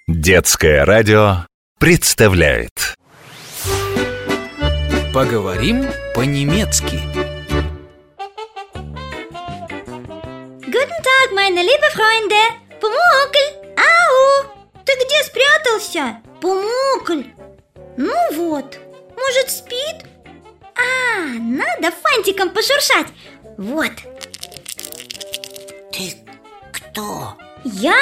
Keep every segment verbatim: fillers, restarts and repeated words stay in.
Детское радио представляет. Поговорим по-немецки. Guten Tag, meine liebe Freunde. Пумукль, ау! Ты где спрятался? Пумукль. Ну вот, может, спит? А, надо фантиком пошуршать. Вот. Ты кто? Я?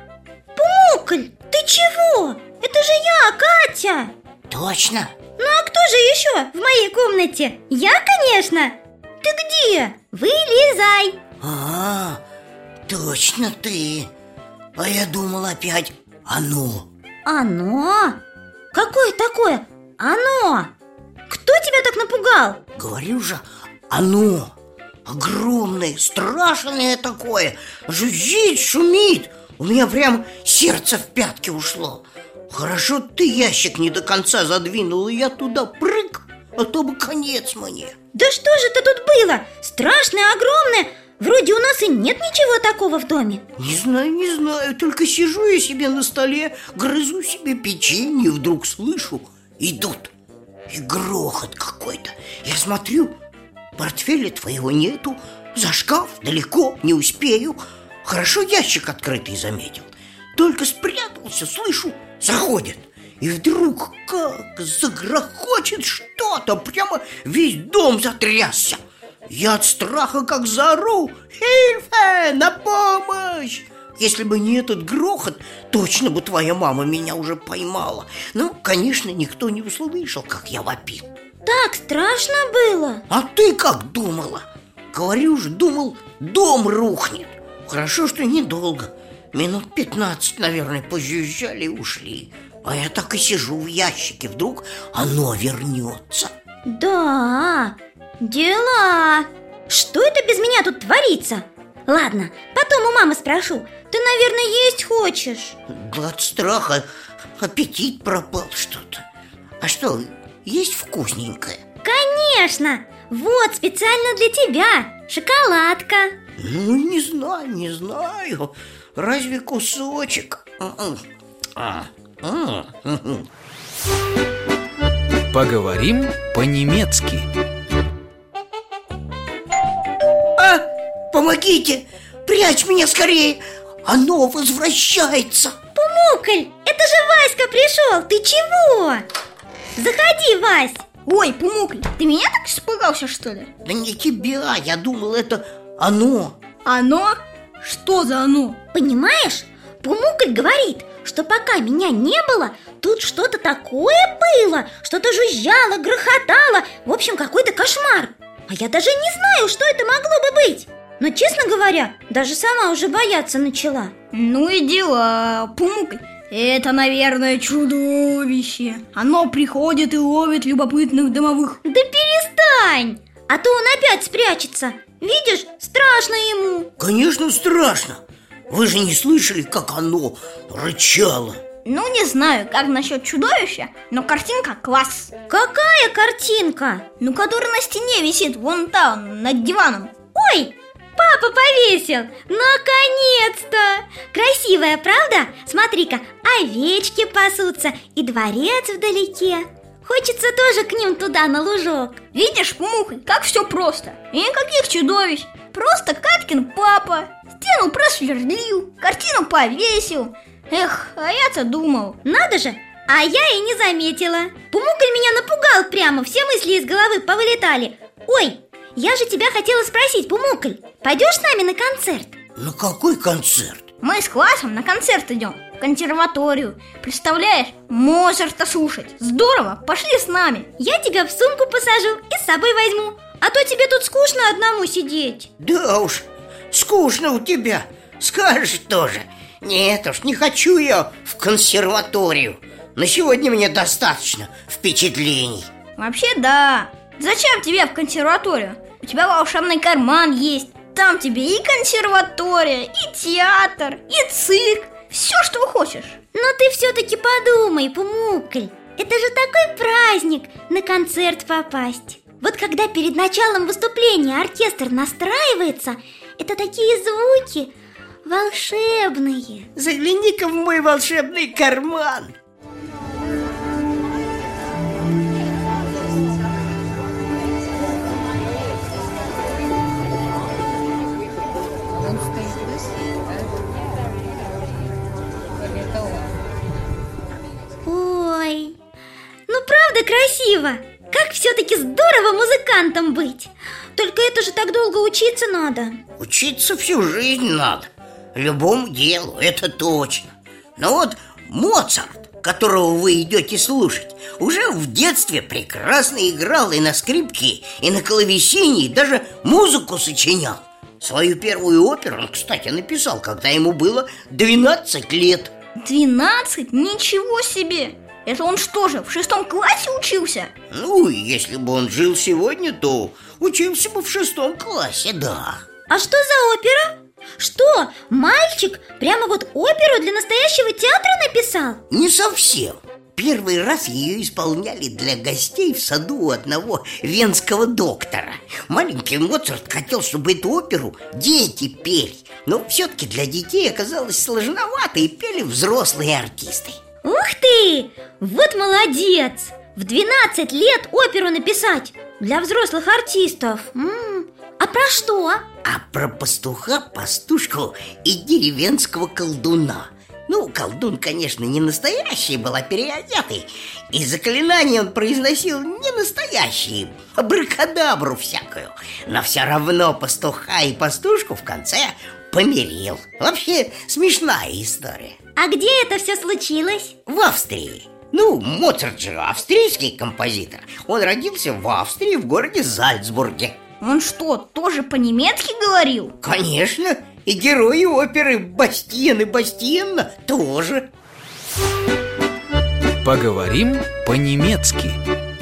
Пумукль, ты чего? Это же я, Катя. Точно? Ну а кто же еще в моей комнате? Я, конечно. Ты где? Вылезай. А, точно ты. А я думал опять оно. Оно? Какое такое оно? Кто тебя так напугал? Говорю же, оно. Огромное, страшное такое. Жужжит, шумит. У меня прям сердце в пятки ушло. Хорошо ты ящик не до конца задвинул, и я туда прыг, а то бы конец мне. Да что же это тут было? Страшное, огромное. Вроде у нас и нет ничего такого в доме. Не знаю, не знаю, только сижу я себе на столе, грызу себе печенье, вдруг слышу, идут. И грохот какой-то. Я смотрю, портфеля твоего нету, за шкаф далеко, не успею. Хорошо ящик открытый заметил. Только спрятался, слышу, заходят. И вдруг как загрохочет что-то, прямо весь дом затрясся. Я от страха как заору: «Хильфе! На помощь!» Если бы не этот грохот, точно бы твоя мама меня уже поймала. Но, конечно, никто не услышал, как я вопил. Так страшно было. А ты как думала? Говорю же, думал, дом рухнет. Хорошо, что недолго. Минут пятнадцать, наверное, позжужжали и ушли. А я так и сижу в ящике. Вдруг оно вернется. Да, дела. Что это без меня тут творится? Ладно, потом у мамы спрошу. Ты, наверное, есть хочешь? Да от страха аппетит пропал что-то. А что, есть вкусненькое? Конечно! Вот, специально для тебя. Шоколадка. Ну, не знаю, не знаю. Разве кусочек? А, а, Поговорим по-немецки. а, помогите! Прячь меня скорее! Оно возвращается! Пумукль, это же Васька пришел. Ты чего? Заходи, Вась. Ой, Пумукль, ты меня так испугался, что ли? Да не тебя, я думал, это оно. Оно? Что за оно? Понимаешь, Пумукль говорит, что пока меня не было, тут что-то такое было. Что-то жужжало, грохотало. В общем, какой-то кошмар. А я даже не знаю, что это могло бы быть. Но, честно говоря, даже сама уже бояться начала. Ну и дела, Пумукль. Это, наверное, чудовище. Оно приходит и ловит любопытных домовых. Да перестань! А то он опять спрячется. Видишь, страшно ему. Конечно, страшно. Вы же не слышали, как оно рычало? Ну, не знаю, как насчет чудовища, но картинка класс. Какая картинка? Ну, которая на стене висит вон там, над диваном. Ой, папа повесил! Наконец-то! Красивая, правда? Смотри-ка, овечки пасутся и дворец вдалеке. Хочется тоже к ним туда, на лужок. Видишь, Пумукль, как все просто. И никаких чудовищ. Просто Катькин папа стену просверлил, картину повесил. Эх, а я-то думал. Надо же, а я и не заметила. Пумукль меня напугал прямо, все мысли из головы повылетали. Ой, я же тебя хотела спросить, Пумукль, пойдешь с нами на концерт? На какой концерт? Мы с классом на концерт идем, в консерваторию. Представляешь, Моцарта слушать. Здорово, пошли с нами. Я тебя в сумку посажу и с собой возьму. А то тебе тут скучно одному сидеть. Да уж, скучно у тебя. Скажешь тоже. Нет уж, не хочу я в консерваторию. На сегодня мне достаточно впечатлений. Вообще да. Зачем тебе в консерваторию? У тебя волшебный карман есть. Там тебе и консерватория, и театр, и цирк. Все, что хочешь. Но ты все-таки подумай, Пумукль. Это же такой праздник на концерт попасть. Вот когда перед началом выступления оркестр настраивается, это такие звуки. волшебные. Загляни-ка в мой волшебный карман. Ой, ну правда красиво. Как все-таки здорово музыкантом быть. Только это же так долго учиться надо. Учиться всю жизнь надо. Любому делу, это точно. Но вот Моцарт, которого вы идете слушать, уже в детстве прекрасно играл и на скрипке, и на клавесине, и даже музыку сочинял. Свою первую оперу он, кстати, написал, когда ему было двенадцать лет. Двенадцать? Ничего себе! Это он что же, в шестом классе учился? Ну, если бы он жил сегодня, то учился бы в шестом классе, да. А что за опера? Что, мальчик прямо вот оперу для настоящего театра написал? Не совсем. Первый раз ее исполняли для гостей в саду у одного венского доктора. Маленький Моцарт хотел, чтобы эту оперу дети пели. Но все-таки для детей оказалось сложновато, и пели взрослые артисты. Ух ты! Вот молодец! В двенадцать лет оперу написать для взрослых артистов. М-м. А про что? А про пастуха, пастушку и деревенского колдуна. Ну, колдун, конечно, не настоящий был, а переодетый. И заклинания он произносил не настоящие, абракадабру всякую. Но все равно пастуха и пастушку в конце помирил. Вообще смешная история. А где это все случилось? В Австрии. Ну, Моцарт же австрийский композитор. Он родился в Австрии, в городе Зальцбурге. Он что, тоже по-немецки говорил? Конечно. И герои оперы Бастиен и Бастиенна тоже. Поговорим по-немецки.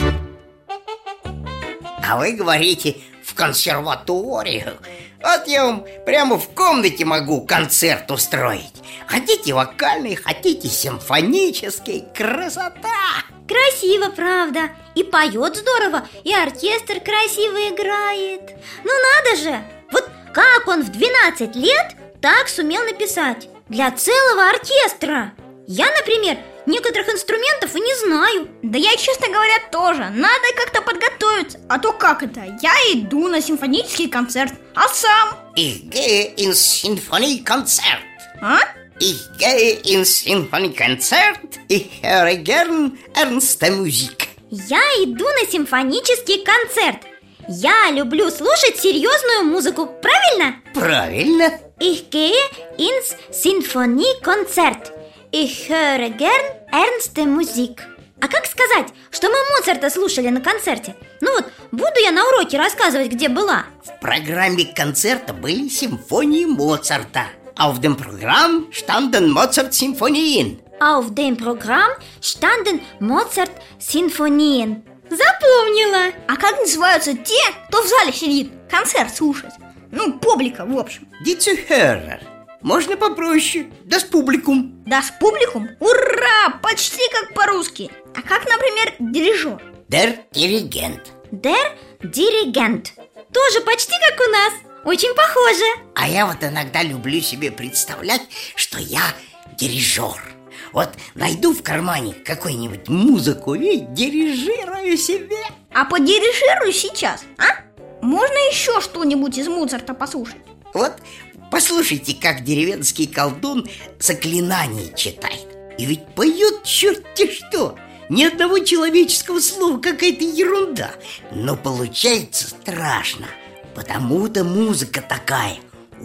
А вы говорите, в консерваторию. Вот я вам прямо в комнате могу концерт устроить. Хотите вокальный, хотите симфонический. Красота! Красиво, правда. И поет здорово, и оркестр красиво играет. Ну надо же! Вот как он в двенадцать лет так сумел написать для целого оркестра? Я, например, некоторых инструментов и не знаю. Да я, честно говоря, тоже. Надо как-то подготовиться. А то как это? Я иду на симфонический концерт, а сам? Ich gehe ins Sinfoniekonzert. А? Ich gehe ins Sinfoniekonzert. Ich höre gern ernste Musik. Я иду на симфонический концерт. Я люблю слушать серьезную музыку, правильно? Правильно. Ich gehe ins Sinfoniekonzert. Ich höre gern ernste Musik. А как сказать, что мы Моцарта слушали на концерте? Ну вот, буду я на уроке рассказывать, где была. В программе концерта были симфонии Моцарта. Auf dem Programm standen Mozart-Symphonien. Auf dem Programm standen Mozart-Symphonien. Запомнила. А как называются те, кто в зале сидит, концерт слушать? Ну, публика, в общем. Die Zuhörer. Можно попроще. Das Publikum. Das Publikum? Ура! Почти как по-русски. А как, например, дирижер? Der Dirigent. Der Dirigent. Тоже почти как у нас. Очень похоже. А я вот иногда люблю себе представлять, что я дирижер. Вот найду в кармане какую-нибудь музыку и дирижирую себе. А подирижируй сейчас, а? Можно еще что-нибудь из Моцарта послушать? Вот послушайте, как деревенский колдун заклинания читает. И ведь поет черти что. Ни одного человеческого слова, какая-то ерунда. Но получается страшно. Потому-то музыка такая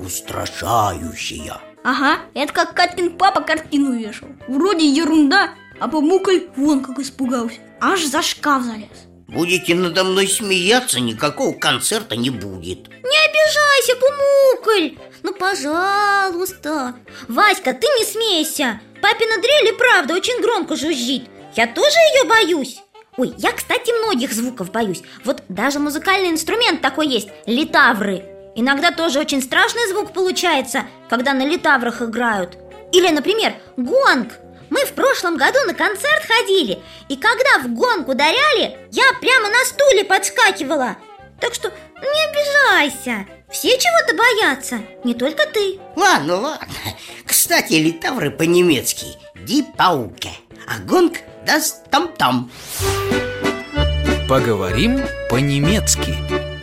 устрашающая. Ага, это как Катькин папа картину вешал. Вроде ерунда, а Пумукль вон как испугался. Аж за шкаф залез. Будете надо мной смеяться, никакого концерта не будет. Не обижайся, Пумукль. Ну, пожалуйста. Васька, ты не смейся. Папина дрель и правда очень громко жужжит. Я тоже ее боюсь. Ой, я, кстати, многих звуков боюсь. Вот даже музыкальный инструмент такой есть – литавры. Иногда тоже очень страшный звук получается, когда на литаврах играют. Или, например, гонг. Мы в прошлом году на концерт ходили, и когда в гонг ударяли, я прямо на стуле подскакивала. Так что не обижайся. Все чего-то боятся, не только ты. Ладно, ладно. Кстати, литавры по-немецки «ди пауке», а гонг «das там-там». Поговорим по-немецки.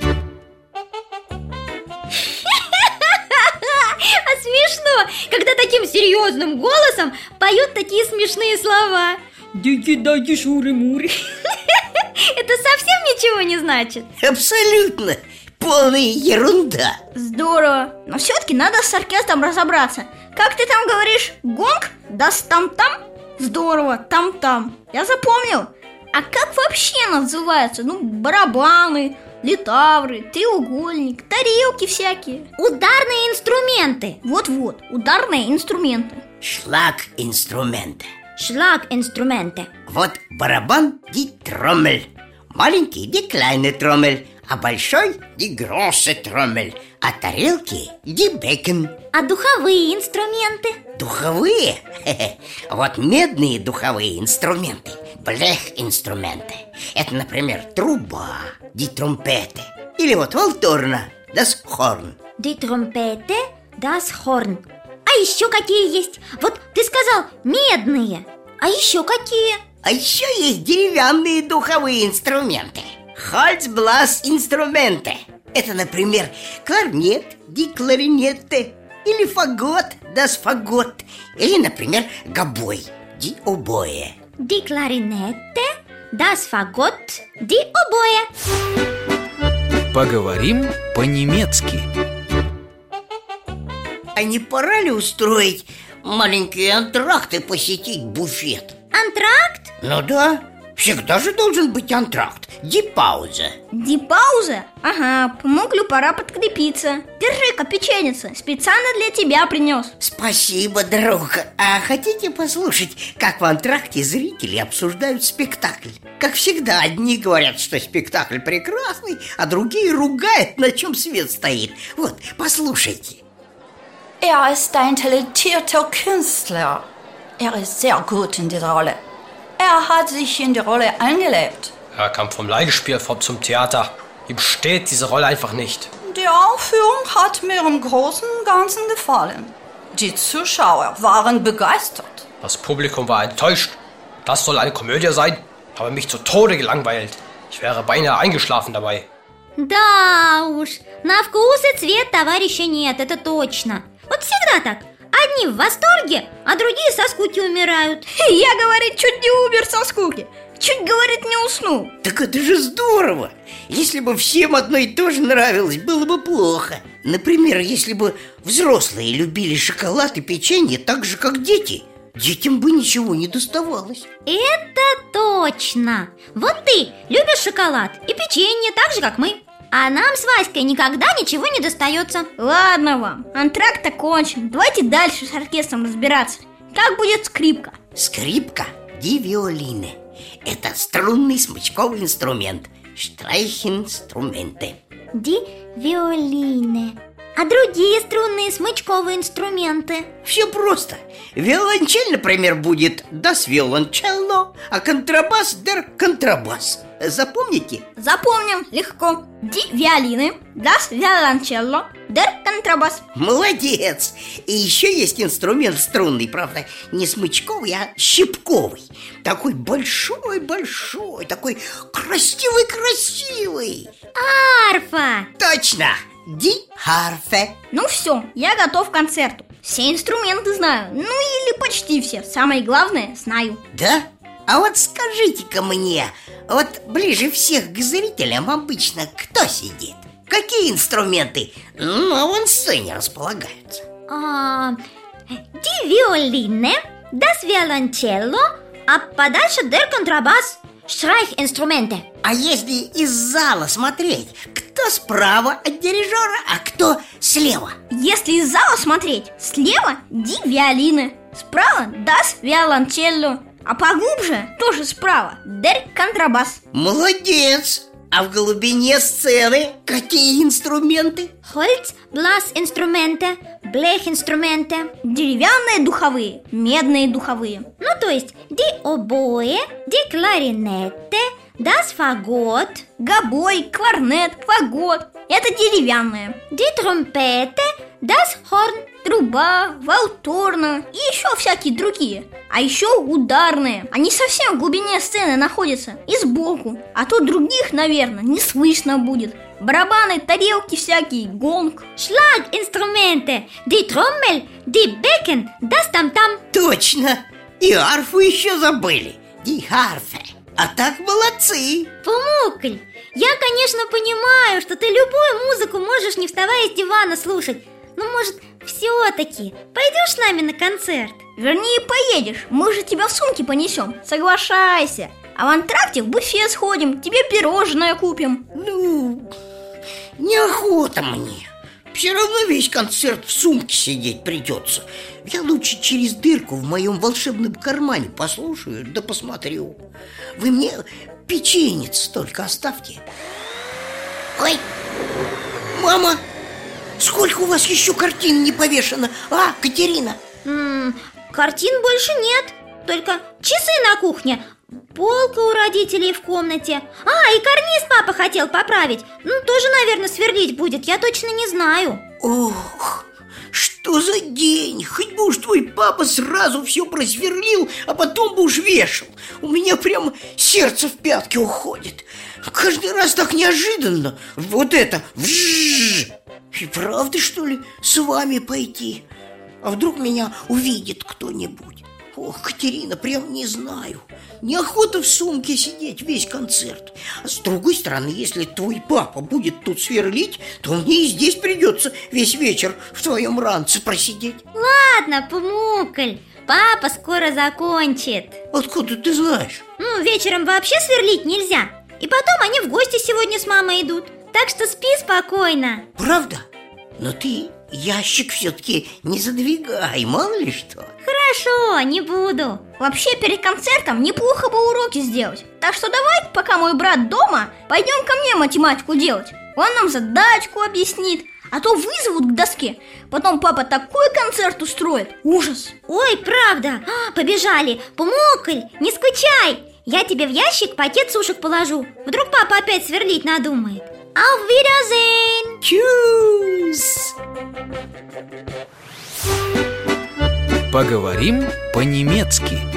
А смешно, когда таким серьезным голосом поют такие смешные слова. Ди-ди-да-ди шуры-муры. Это совсем ничего не значит? Абсолютно. Полная ерунда. Здорово, но все-таки надо с оркестром разобраться. Как ты там говоришь? Гонг? Das там-там? Здорово, там-там. Я запомнил. А как вообще называются? Ну, барабаны, литавры, треугольник, тарелки всякие. Ударные инструменты. Вот-вот, ударные инструменты. Шлаг-инструменты. Шлаг-инструменты. Вот барабан ди троммель. Маленький ди клайне троммель, а большой ди гроссе троммель, а тарелки ди бекен. А духовые инструменты? Духовые? Вот медные духовые инструменты, блех-инструменты. Это, например, труба, ди тромпеты. Или вот валторна, das Horn. Ди тромпете, das Horn. А еще какие есть? Вот ты сказал медные. А еще какие? А еще есть деревянные духовые инструменты. Holzblas-инструменты. Это, например, кларнет, ди кларинетте. Или фагот, das фагот. Или, например, гобой, ди обое. Ди кларинетте, das фагот, ди обое. Поговорим по-немецки. А не пора ли устроить маленькие антракты и посетить буфет? Антракт? Ну да, всегда же должен быть антракт. Ди пауза. Ди пауза? Ага, помоглю, пора подкрепиться. Держи-ка, печеница, специально для тебя принес. Спасибо, друг. А хотите послушать, как в антракте зрители обсуждают спектакль? Как всегда, одни говорят, что спектакль прекрасный, а другие ругают, на чем свет стоит. Вот, послушайте. Er ist ein talentierter Künstler. Er ist sehr gut in dieser Rolle. Er hat sich in die Rolle eingelebt. Er kam vom Leihgespiel zum Theater. Ihm steht diese Rolle einfach nicht. Die Aufführung hat mir im Großen und Ganzen gefallen. Die Zuschauer waren begeistert. Das Publikum war enttäuscht. Das soll eine Komödie sein. Habe mich zu Tode gelangweilt. Ich wäre beinahe eingeschlafen dabei. Да уж, на вкус и цвет товарища нет, это точно. Вот всегда так. Одни в восторге, а другие со скуки умирают. Я, говорит, чуть не умер со скуки. Чуть, говорит, не уснул. Так это же здорово. Если бы всем одно и то же нравилось, было бы плохо. Например, если бы взрослые любили шоколад и печенье так же, как дети, детям бы ничего не доставалось. Это точно. Вот ты любишь шоколад и печенье так же, как мы. А нам с Васькой никогда ничего не достается. Ладно вам, антракт окончен. Давайте дальше с оркестром разбираться. Как будет скрипка? Скрипка ди виолине. Это струнный смычковый инструмент. Штрайхинструменты. Ди виолине. А другие струнные смычковые инструменты? Все просто. Виолончель, например, будет das violoncello, а контрабас der контрабас. Запомните? Запомним, легко. Ди виолины, das violoncello, der контрабас. Молодец! И еще есть инструмент струнный, правда, не смычковый, а щипковый. Такой большой-большой, такой красивый-красивый. Арфа! Точно! Ди харфе. Ну все, я готов к концерту. Все инструменты знаю, ну или почти все. Самое главное, знаю. Да? А вот скажите-ка мне, вот ближе всех к зрителям обычно кто сидит? Какие инструменты на авансцене располагаются? А, ди виолине, das violoncello, а подальше der контрабас, штрайх-инструменты. А если из зала смотреть, кто справа от дирижера, а кто слева? Если из зала смотреть, слева ди виолины, справа das violoncello, а поглубже тоже справа der контрабас. Молодец! А в глубине сцены какие инструменты? Holz, блас-инструменты, блех-инструменты. Деревянные духовые, медные духовые. Ну, то есть ди обое, ди кларинетте, Das Fagot. Гобой, кларнет, фагот – это деревянное. Die Trompete. Das Horn. Труба, валторна и еще всякие другие. А еще ударные. Они совсем в глубине сцены находятся и сбоку. А то других, наверное, не слышно будет. Барабаны, тарелки всякие, гонг. Schlaginstrumente. Die Trommel. Die Becken. Das Tam-Tam. Точно! И арфу еще забыли. Die Harfe. А так молодцы! Пумукль, я, конечно, понимаю, что ты любую музыку можешь, не вставая с дивана, слушать. Но, может, все-таки пойдешь с нами на концерт? Вернее, поедешь, мы же тебя в сумке понесем. Соглашайся. А в антракте в буфет сходим, тебе пирожное купим. Ну, неохота мне. Все равно весь концерт в сумке сидеть придется. Я лучше через дырку в моем волшебном кармане послушаю, да посмотрю. Вы мне печенец только оставьте. Ой, мама, сколько у вас еще картин не повешено? А, Катерина? М-м, картин больше нет, только часы на кухне, полка у родителей в комнате. А, и карниз папа хотел поправить. Ну, тоже, наверное, сверлить будет, я точно не знаю. Ох, что за день! Хоть бы уж твой папа сразу все просверлил, а потом бы уж вешал. У меня прямо сердце в пятки уходит. Каждый раз так неожиданно. Вот это вжжж. И правда, что ли, с вами пойти? А вдруг меня увидит кто-нибудь? Ох, Катерина, прям не знаю. Неохота в сумке сидеть весь концерт. А с другой стороны, если твой папа будет тут сверлить, то мне и здесь придется весь вечер в твоем ранце просидеть. Ладно, Пумукль, папа скоро закончит. Откуда ты знаешь? Ну, вечером вообще сверлить нельзя. И потом они в гости сегодня с мамой идут. Так что спи спокойно. Правда? Но ты ящик все-таки не задвигай, мало ли что. Хорошо, не буду. Вообще, перед концертом неплохо бы уроки сделать. Так что давай, пока мой брат дома, пойдем ко мне математику делать. Он нам задачку объяснит, а то вызовут к доске. Потом папа такой концерт устроит. Ужас. Ой, правда, а, побежали. Пумукль, не скучай. Я тебе в ящик пакет сушек положу. Вдруг папа опять сверлить надумает. Auf Wiedersehen. Тюз. Поговорим по-немецки.